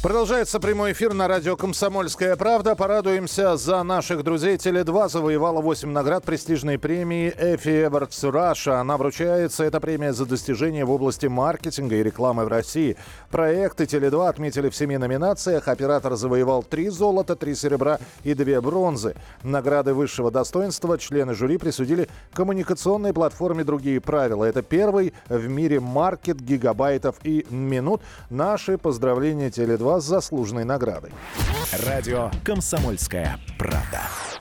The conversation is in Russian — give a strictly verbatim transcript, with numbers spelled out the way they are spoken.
Продолжается прямой эфир на радио «Комсомольская правда». Порадуемся за наших друзей. Теле два завоевала восемь наград престижной премии Effie Awards Russia. Она вручается, эта премия, за достижения в области маркетинга и рекламы в России. Проекты Теле два отметили в семи номинациях. Оператор завоевал три золота, три серебра и две бронзы. Награды высшего достоинства члены жюри присудили коммуникационной платформе «Другие правила». Это первый в мире маркет гигабайтов и минут. Наши поздравления Теле два с заслуженной наградой. Радио «Комсомольская правда».